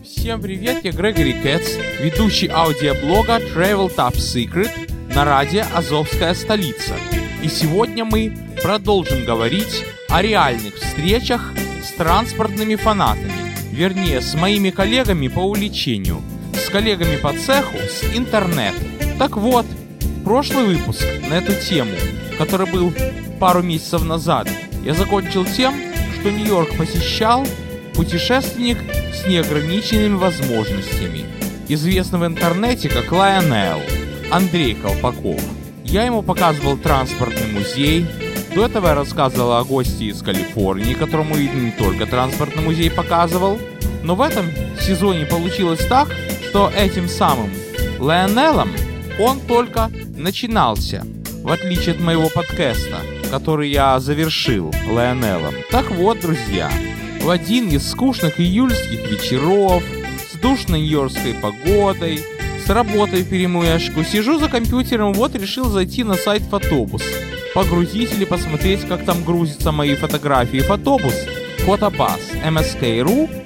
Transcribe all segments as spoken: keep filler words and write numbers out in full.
Всем привет, я Грегори Кэтс, ведущий аудиоблога Travel Top Secret на радио «Азовская столица». И сегодня мы продолжим говорить о реальных встречах с транспортными фанатами, вернее, с моими коллегами по увлечению, с коллегами по цеху, с интернета. Так вот, прошлый выпуск на эту тему, который был пару месяцев назад, я закончил тем, что Нью-Йорк посещал путешественник с неограниченными возможностями, известный в интернете как Лайонел, Андрей Колпаков. Я ему показывал транспортный музей. До этого я рассказывал о госте из Калифорнии, которому, видно, не только транспортный музей показывал. Но в этом сезоне получилось так, что этим самым Лайонелом он только начинался, в отличие от моего подкаста, который я завершил Лайонелом. Так вот, друзья, в один из скучных июльских вечеров, с душной нью-йоркской погодой, с работой вперемешку, сижу за компьютером, вот решил зайти на сайт Фотобус, погрузить или посмотреть, как там грузятся мои фотографии. Фотобус, Фотобас, эм эс кей точка ру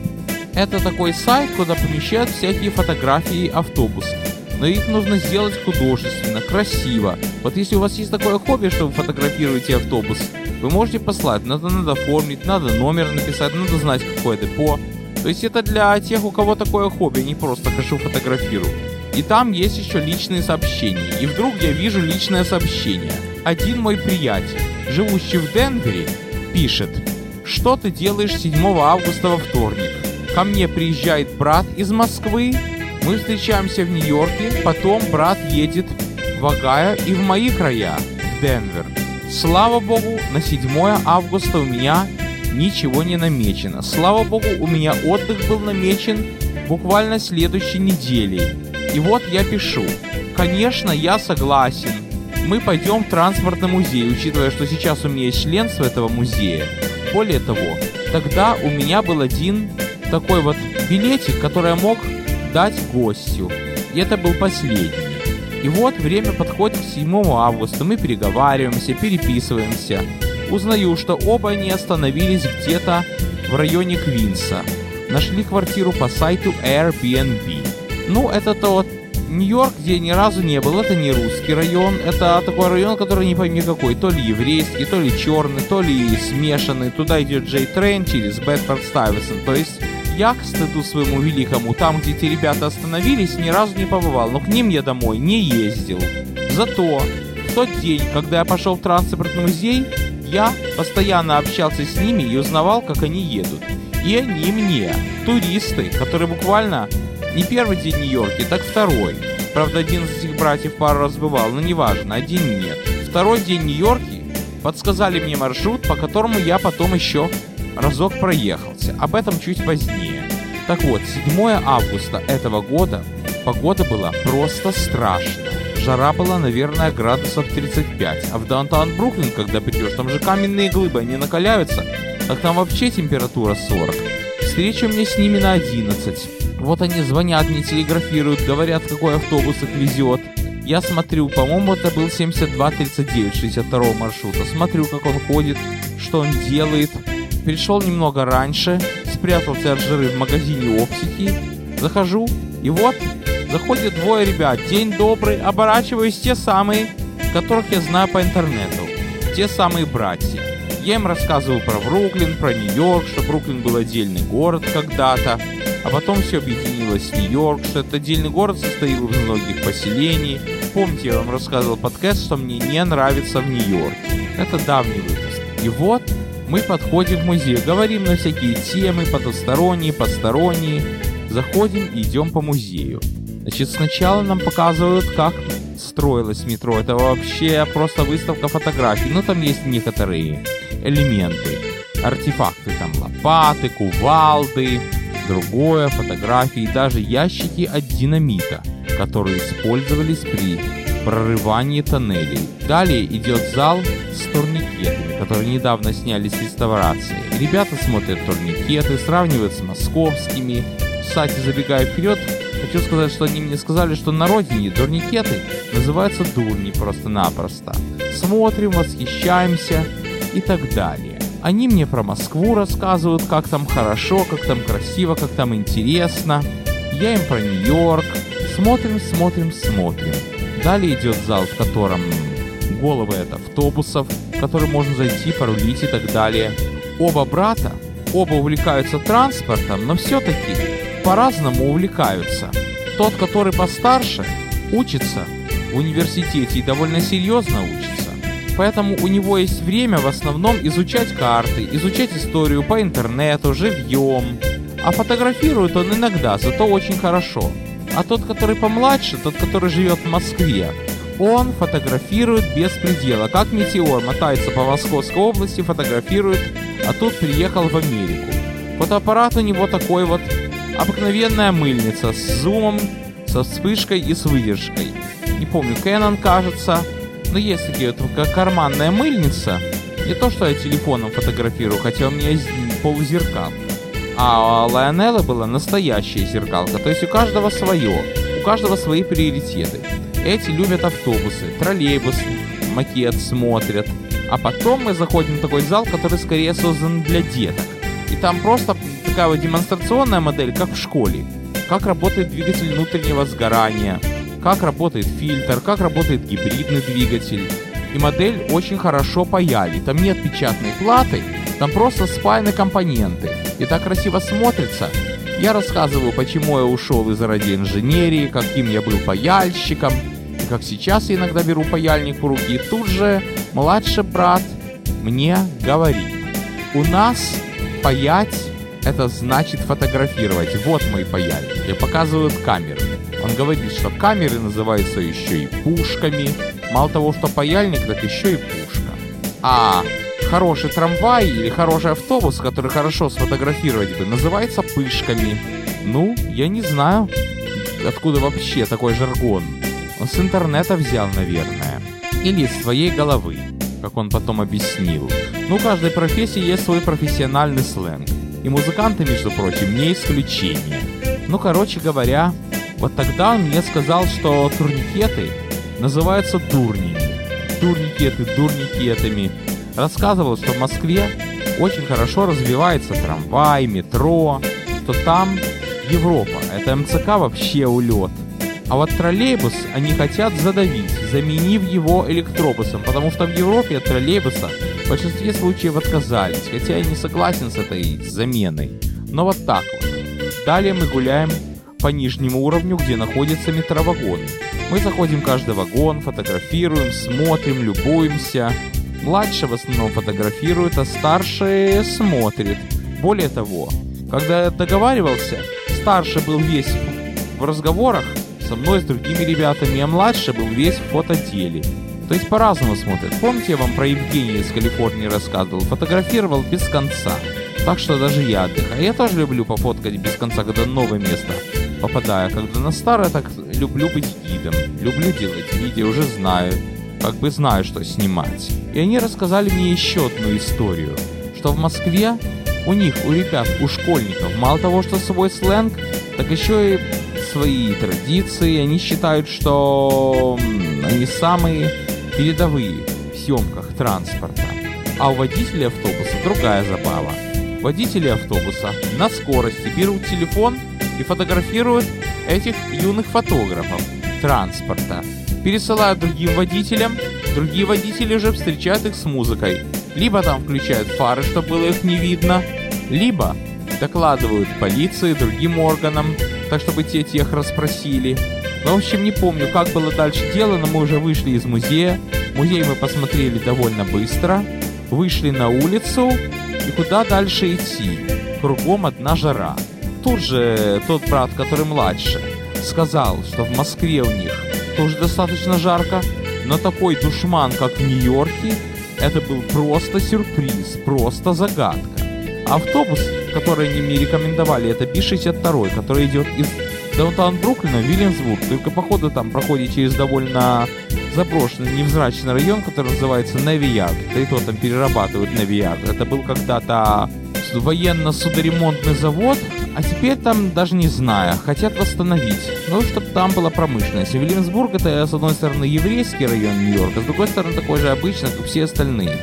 — это такой сайт, куда помещают всякие фотографии автобусов. Но их нужно сделать художественно, красиво. Вот если у вас есть такое хобби, что вы фотографируете автобус, вы можете послать, надо, надо оформить, надо номер написать, надо знать, какое депо. То есть это для тех, у кого такое хобби, не просто хожу фотографирую. И там есть еще личные сообщения. И вдруг я вижу личное сообщение. Один мой приятель, живущий в Денвере, пишет: «Что ты делаешь седьмого августа во вторник? Ко мне приезжает брат из Москвы, мы встречаемся в Нью-Йорке, потом брат едет в Огайо и в мои края, в Денвер. Слава богу, на седьмое августа у меня ничего не намечено. Слава богу, у меня отдых был намечен буквально следующей неделей. И вот я пишу: конечно, я согласен. Мы пойдем в транспортный музей, учитывая, что сейчас у меня есть членство этого музея. Более того, тогда у меня был один такой вот билетик, который я мог дать гостю. И это был последний. И вот время подходит к седьмому августа, мы переговариваемся, переписываемся. Узнаю, что оба они остановились где-то в районе Квинса. Нашли квартиру по сайту Airbnb. Ну, это тот Нью-Йорк, где я ни разу не был. Это не русский район. Это такой район, который не пойми какой. То ли еврейский, то ли черный, то ли смешанный. Туда идет Джей-трейн через Бэдфорд-Стuyвесон. То есть я, к стыду своему великому, там, где те ребята остановились, ни разу не побывал, но к ним я домой не ездил. Зато в тот день, когда я пошел в транспортный музей, я постоянно общался с ними и узнавал, как они едут. И они мне, туристы, которые буквально не первый день в Нью-Йорке, так второй. Правда, один из этих братьев пару раз бывал, но неважно, один нет. Второй день в Нью-Йорке подсказали мне маршрут, по которому я потом еще разок проехался. Об этом чуть позднее. Так вот, седьмое августа этого года погода была просто страшная. Жара была, наверное, градусов тридцать пять. А в даунтаун Бруклин, когда придешь, там же каменные глыбы, они накаляются. Так там вообще температура сорок. Встреча мне с ними на одиннадцать. Вот они звонят мне, телеграфируют, говорят, какой автобус их везет. Я смотрю, по-моему, это был семьдесят два тридцать девять шестьдесят второго маршрута. Смотрю, как он ходит, что он делает. Пришел немного раньше, спрятался от жары в магазине оптики. Захожу, и вот заходят двое ребят. День добрый, оборачиваюсь, те самые, которых я знаю по интернету. Те самые братья. Я им рассказываю про Бруклин, про Нью-Йорк, что Бруклин был отдельный город когда-то, а потом все объединилось в Нью-Йорк, что этот отдельный город состоит из многих поселений. Помните, я вам рассказывал подкаст, что мне не нравится в Нью-Йорке. Это давний выпуск. И вот мы подходим в музей, говорим на всякие темы, потусторонние, посторонние. Заходим и идем по музею. Значит, сначала нам показывают, как строилось метро. Это вообще просто выставка фотографий. Но там есть некоторые элементы, артефакты. Там лопаты, кувалды, другое, фотографии, даже ящики от динамита, которые использовались при прорывании тоннелей. Далее идет зал с турникетами, которые недавно сняли с реставрации. Ребята смотрят турникеты, сравнивают с московскими. Кстати, забегая вперед, хочу сказать, что они мне сказали, что на родине турникеты называются дурни просто-напросто. Смотрим, восхищаемся и так далее. Они мне про Москву рассказывают, как там хорошо, как там красиво, как там интересно. Я им про Нью-Йорк. Смотрим, смотрим, смотрим. Далее идет зал, в котором головы от автобусов, в который можно зайти, порулить и так далее. Оба брата, оба увлекаются транспортом, но все-таки по-разному увлекаются. Тот, который постарше, учится в университете и довольно серьезно учится. Поэтому у него есть время в основном изучать карты, изучать историю по интернету, живьем. А фотографирует он иногда, зато очень хорошо. А тот, который помладше, тот, который живет в Москве, он фотографирует без предела. Как метеор мотается по Московской области, фотографирует, а тут приехал в Америку. Фотоаппарат у него такой вот, обыкновенная мыльница с зумом, со вспышкой и с выдержкой. Не помню, Canon, кажется. Но есть такие вот, как карманная мыльница. Не то, что я телефоном фотографирую, хотя у меня есть полузеркал. А у Лайонелла была настоящая зеркалка. То есть у каждого свое. У каждого свои приоритеты. Эти любят автобусы, троллейбус, макет смотрят. А потом мы заходим в такой зал, который скорее создан для деток. И там просто такая вот демонстрационная модель, как в школе. Как работает двигатель внутреннего сгорания, как работает фильтр, как работает гибридный двигатель. И модель очень хорошо паяли. Там нет печатной платы, там просто спаяны компоненты. И так красиво смотрится. Я рассказываю, почему я ушел из радиоинженерии, каким я был паяльщиком, и как сейчас я иногда беру паяльник в руки. И тут же младший брат мне говорит: у нас паять — это значит фотографировать. Вот мой паяльник. Я показываю камеры. Он говорит, что камеры называются еще и пушками. Мало того, что паяльник, так еще и пушка. А хороший трамвай или хороший автобус, который хорошо сфотографировать бы, называется пышками. Ну, я не знаю, откуда вообще такой жаргон. Он с интернета взял, наверное. Или из своей головы, как он потом объяснил. Ну, у каждой профессии есть свой профессиональный сленг. И музыканты, между прочим, не исключение. Ну, короче говоря, вот тогда он мне сказал, что турникеты называются дурнями. Турникеты дурникетами. Рассказывал, что в Москве очень хорошо развивается трамвай, метро, что там Европа. Это эм цэ ка вообще улет. А вот троллейбус они хотят задавить, заменив его электробусом, потому что в Европе от троллейбуса в большинстве случаев отказались, хотя я не согласен с этой заменой. Но вот так вот. Далее мы гуляем по нижнему уровню, где находятся метровагоны. Мы заходим в каждый вагон, фотографируем, смотрим, любуемся. Младший в основном фотографирует, а старший смотрит. Более того, когда я договаривался, старший был весь в разговорах со мной, с другими ребятами, а младший был весь в фотоделе. То есть по-разному смотрят. Помните, я вам про Евгения из Калифорнии рассказывал? Фотографировал без конца. Так что даже я отдыхаю. Я тоже люблю пофоткать без конца, когда на новое место попадаю. Когда на старое, так люблю быть гидом. Люблю делать видео, уже знаю. Как бы знаю, что снимать. И они рассказали мне еще одну историю. Что в Москве у них, у ребят, у школьников, мало того, что свой сленг, так еще и свои традиции. Они считают, что они самые передовые в съемках транспорта. А у водителей автобуса другая забава. Водители автобуса на скорости берут телефон и фотографируют этих юных фотографов транспорта. Пересылают другим водителям, другие водители уже встречают их с музыкой. Либо там включают фары, чтобы было их не видно, либо докладывают полиции, другим органам, так чтобы те тех расспросили. В общем, не помню, как было дальше дело, но мы уже вышли из музея. Музей мы посмотрели довольно быстро, вышли на улицу, и куда дальше идти? Кругом одна жара. Тут же тот брат, который младше, сказал, что в Москве у них тоже достаточно жарко, но такой душман, как в Нью-Йорке, это был просто сюрприз, просто загадка. А автобус, который они мне рекомендовали, это би шестьдесят два, который идет из даунтаун Бруклина в Вильямсбург. Только походу там проходит через довольно заброшенный, невзрачный район, который называется Неви-Ярд. Да и то там перерабатывают Неви-Ярд. Это был когда-то военно-судоремонтный завод, а теперь там, даже не знаю, хотят восстановить. Ну, чтобы там была промышленность. И Вильямсбург — это, с одной стороны, еврейский район Нью-Йорка, с другой стороны, такой же обычный, как все остальные.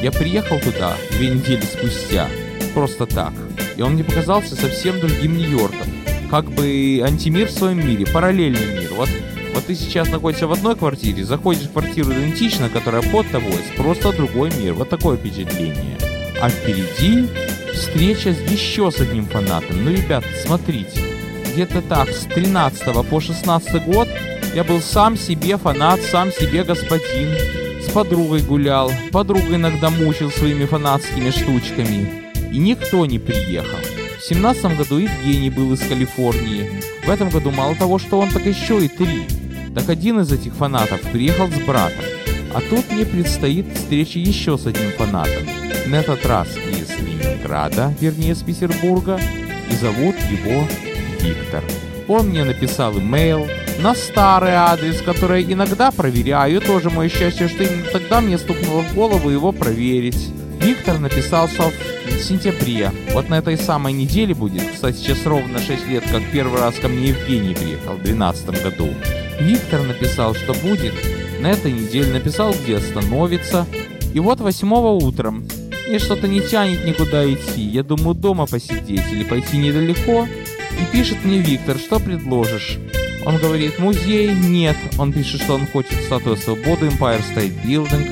Я приехал туда две недели спустя, просто так, и он мне показался совсем другим Нью-Йорком. Как бы антимир в своем мире, параллельный мир. Вот, вот ты сейчас находишься в одной квартире, заходишь в квартиру идентично, которая под тобой, просто другой мир. Вот такое впечатление. А впереди встреча с еще с одним фанатом. Ну, ребята, смотрите. Где-то так, с тринадцатого по шестнадцатый год я был сам себе фанат, сам себе господин. С подругой гулял, подруга иногда мучил своими фанатскими штучками. И никто не приехал. В семнадцатом году Евгений был из Калифорнии. В этом году мало того, что он, так еще и три. Так один из этих фанатов приехал с братом. А тут мне предстоит встреча еще с одним фанатом. На этот раз из Ленинграда, вернее, с Петербурга. И зовут его Виктор. Он мне написал имейл на старый адрес, который я иногда проверяю. Тоже мое счастье, что именно тогда мне стукнуло в голову его проверить. Виктор написал, что в сентябре, вот на этой самой неделе будет, кстати, сейчас ровно шесть лет, как первый раз ко мне Евгений приехал в две тысячи двенадцатом году. Виктор написал, что будет на этой неделе, написал, где остановится. И вот восьмого утром мне что-то не тянет никуда идти. Я думаю, дома посидеть или пойти недалеко. И пишет мне Виктор, что предложишь? Он говорит, музей нет. Он пишет, что он хочет статую свободы, Empire State Building.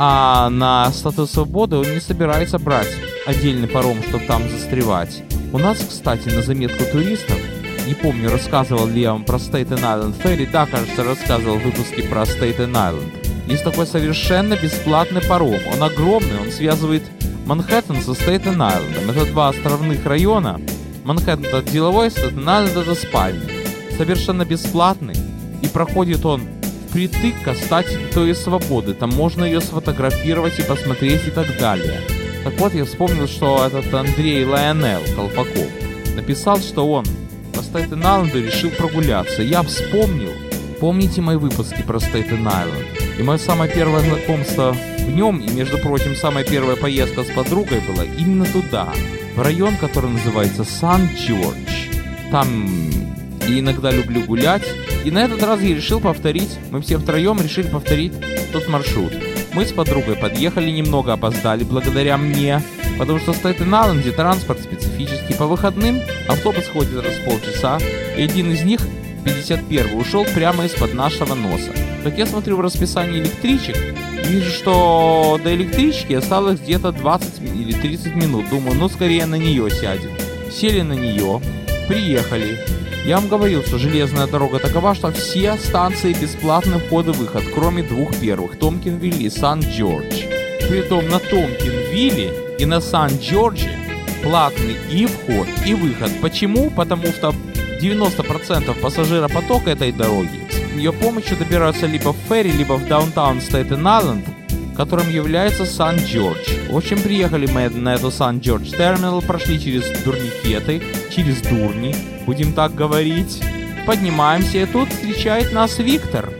А на статую свободы он не собирается брать отдельный паром, чтобы там застревать. У нас, кстати, на заметку туристов, не помню, рассказывал ли я вам про Staten Island Ferry, да, кажется, рассказывал в выпуске про Staten Island. Есть такой совершенно бесплатный паром. Он огромный, он связывает Манхэттен со Staten Island. Это два островных района. Манхэттен — это деловой, Staten Island — это спальный. Совершенно бесплатный. И проходит он впритык к статуе свободы. Там можно ее сфотографировать и посмотреть и так далее. Так вот, я вспомнил, что этот Андрей Лайонел Колпаков написал, что он по Staten Island решил прогуляться. Я вспомнил. Помните мои выпуски про Staten Island? И мое самое первое знакомство в нем, и, между прочим, самая первая поездка с подругой была именно туда, в район, который называется Сан-Джордж. Там я иногда люблю гулять. И на этот раз я решил повторить, мы все втроем решили повторить тот маршрут. Мы с подругой подъехали, немного опоздали благодаря мне, потому что в Staten Island транспорт специфический. По выходным автобус ходит раз в полчаса, и один из них, пятьдесят первый, ушел прямо из-под нашего носа. Так я смотрю в расписании электричек, вижу, что до электрички осталось где-то двадцать или тридцать минут. Думаю, ну скорее на нее сядем. Сели на нее, приехали. Я вам говорил, что железная дорога такова, что все станции бесплатный вход и выход, кроме двух первых, Томпкинвилл и Сан-Джордж. Притом на Томпкинвилле и на Сан-Джордже платный и вход, и выход. Почему? Потому что девяносто процентов пассажиропотока этой дороги с ее помощью добираются либо в ферри, либо в даунтаун Staten Island, которым является Сан-Джордж. В общем, приехали мы на эту Сан-Джордж терминал, прошли через Дурникеты, через Дурни, будем так говорить. Поднимаемся, и тут встречает нас Виктор.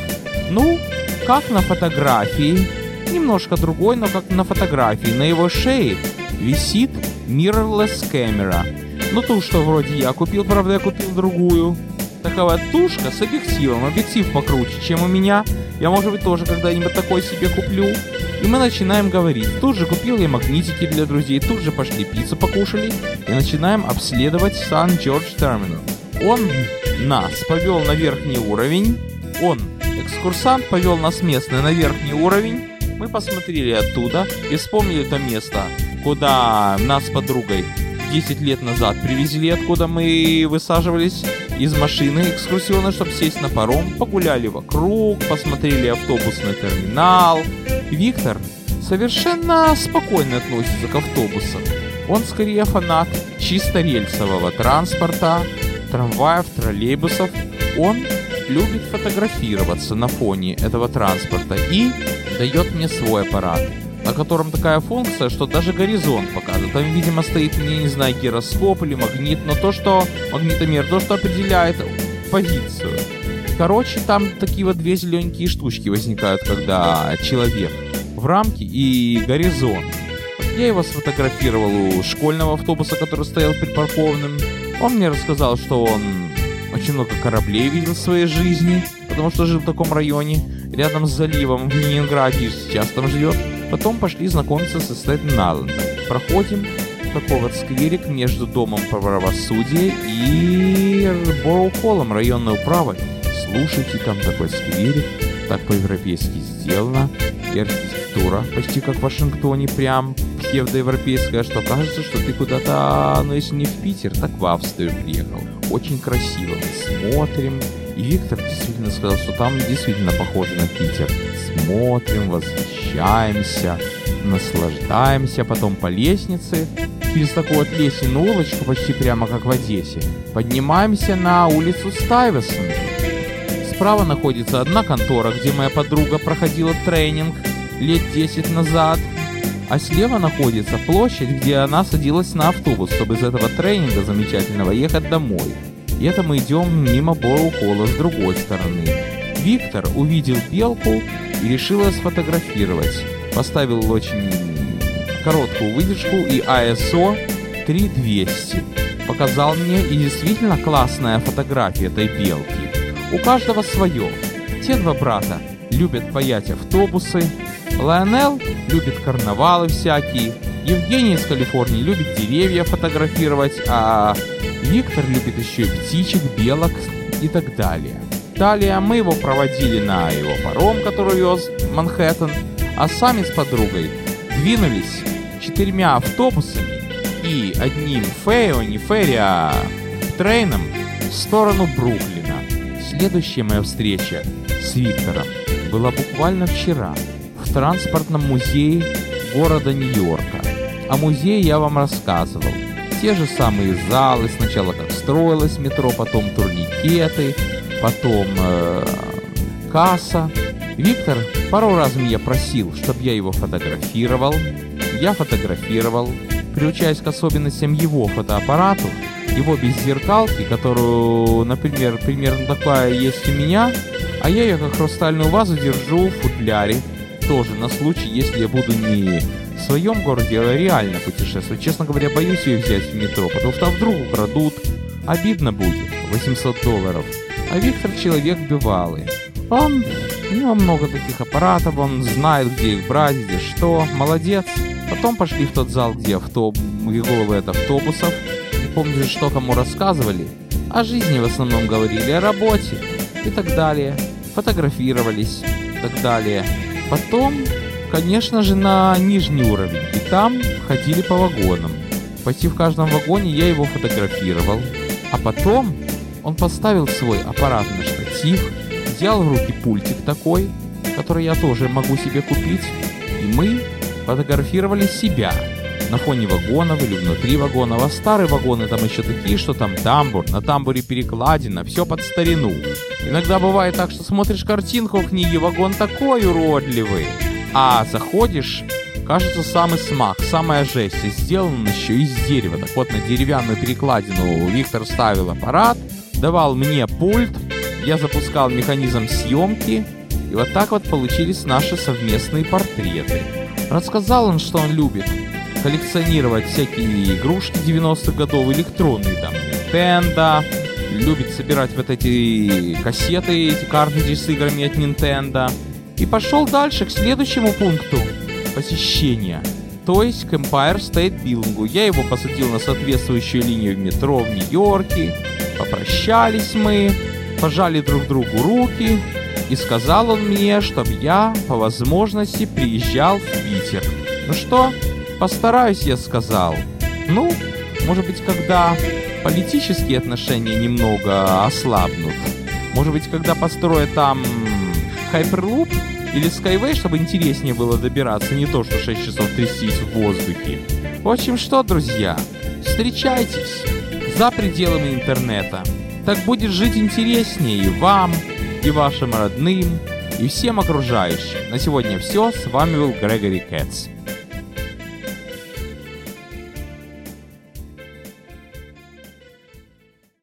Ну, как на фотографии, немножко другой, но как на фотографии. На его шее висит mirrorless camera. Ну, ту, что вроде я купил, правда, я купил другую. Такая тушка с объективом, объектив покруче, чем у меня. Я, может быть, тоже когда-нибудь такой себе куплю. И мы начинаем говорить. Тут же купил я магнитики для друзей, тут же пошли пиццу покушали и начинаем обследовать Сан-Джордж терминал. Он нас повел на верхний уровень. Он, экскурсант, повел нас местный на верхний уровень. Мы посмотрели оттуда и вспомнили то место, куда нас с подругой десять лет назад привезли, откуда мы высаживались из машины экскурсионной, чтобы сесть на паром, погуляли вокруг, посмотрели автобусный терминал. Виктор совершенно спокойно относится к автобусам. Он скорее фанат чисто рельсового транспорта, трамваев, троллейбусов. Он любит фотографироваться на фоне этого транспорта и дает мне свой аппарат, на котором такая функция, что даже горизонт показывает. Там, видимо, стоит, я не знаю, гироскоп или магнит, но то, что магнитомер, то, что определяет позицию. Короче, там такие вот две зелененькие штучки возникают, когда человек в рамке и горизонт. Я его сфотографировал у школьного автобуса, который стоял припаркованным. Он мне рассказал, что он очень много кораблей видел в своей жизни, потому что жил в таком районе, рядом с заливом в Ленинграде, сейчас там живет. Потом пошли знакомиться со Стэттен-Айлендом. Проходим такой вот скверик между Домом правосудия и Бороу-Холлом, районной управой. Слушайте, там такой скверик, так по-европейски сделано. И архитектура почти как в Вашингтоне, прям псевдоевропейская, что кажется, что ты куда-то, ну если не в Питер, так в Австрию приехал. Очень красиво. Мы смотрим. И Виктор действительно сказал, что там действительно похоже на Питер. Смотрим, восхищаемся, наслаждаемся. Потом по лестнице, через такую вот лестничную улочку, почти прямо как в Одессе, поднимаемся на улицу Стайвесон. Справа находится одна контора, где моя подруга проходила тренинг лет десять назад. А слева находится площадь, где она садилась на автобус, чтобы из этого тренинга замечательного ехать домой. И это мы идем мимо Бороу-Холла с другой стороны. Виктор увидел белку и решил ее сфотографировать. Поставил очень короткую выдержку и ай эс о три тысячи двести. Показал мне, и действительно классная фотография этой белки. У каждого свое. Те два брата любят паять автобусы. Лайонел любит карнавалы всякие. Евгений из Калифорнии любит деревья фотографировать. А Виктор любит еще и птичек, белок и так далее. Далее мы его проводили на его паром, который вез в Манхэттен. А сами с подругой двинулись четырьмя автобусами и одним фео, не ферри, а трейном в сторону Бруклина. Следующая моя встреча с Виктором была буквально вчера в транспортном музее города Нью-Йорка. О музее я вам рассказывал. Те же самые залы, сначала как строилось метро, потом турникеты, потом э, касса. Виктор пару раз меня просил, чтобы я его фотографировал. Я фотографировал, приучаясь к особенностям его фотоаппарату, его беззеркалки, которую, например, примерно такая есть у меня, а я ее как хрустальную вазу держу в футляре, тоже на случай, если я буду не в своем городе, а реально путешествовать. Честно говоря, боюсь ее взять в метро, потому что вдруг украдут, обидно будет, восемьсот долларов. А Виктор человек бывалый. Он, у него много таких аппаратов, он знает, где их брать, где что, молодец. Потом пошли в тот зал, где автоб... головы от автобусов. Не помню, что кому рассказывали. О жизни в основном говорили, о работе и так далее. Фотографировались и так далее. Потом, конечно же, на нижний уровень. И там ходили по вагонам. Почти в каждом вагоне я его фотографировал. А потом он поставил свой аппарат на штатив, взял в руки пультик такой, который я тоже могу себе купить. И мы фотографировали себя на фоне вагонов или внутри вагонов. А старые вагоны там еще такие, что там тамбур, на тамбуре перекладина, все под старину. Иногда бывает так, что смотришь картинку в книге, вагон такой уродливый, а заходишь, кажется, самый смак, самая жесть, и сделан еще из дерева. Так вот, на деревянную перекладину Виктор ставил аппарат, давал мне пульт, я запускал механизм съемки, и вот так вот получились наши совместные портреты. Рассказал он, что он любит коллекционировать всякие игрушки девяностых годов, электронные, там, Nintendo, любит собирать вот эти кассеты, эти картриджи с играми от Nintendo. И пошел дальше, к следующему пункту посещения, то есть к Empire State Building. Я его посадил на соответствующую линию в метро в Нью-Йорке, попрощались мы, пожали друг другу руки, и сказал он мне, чтобы я по возможности приезжал в Питер. Ну что, постараюсь, я сказал. Ну, может быть, когда политические отношения немного ослабнут, может быть, когда построят там Hyperloop или Skyway, чтобы интереснее было добираться, не то что шесть часов трястись в воздухе. В общем, что, друзья, встречайтесь за пределами интернета. Так будет жить интереснее и вам, и вашим родным, и всем окружающим. На сегодня все. С вами был Грегори Кэтс.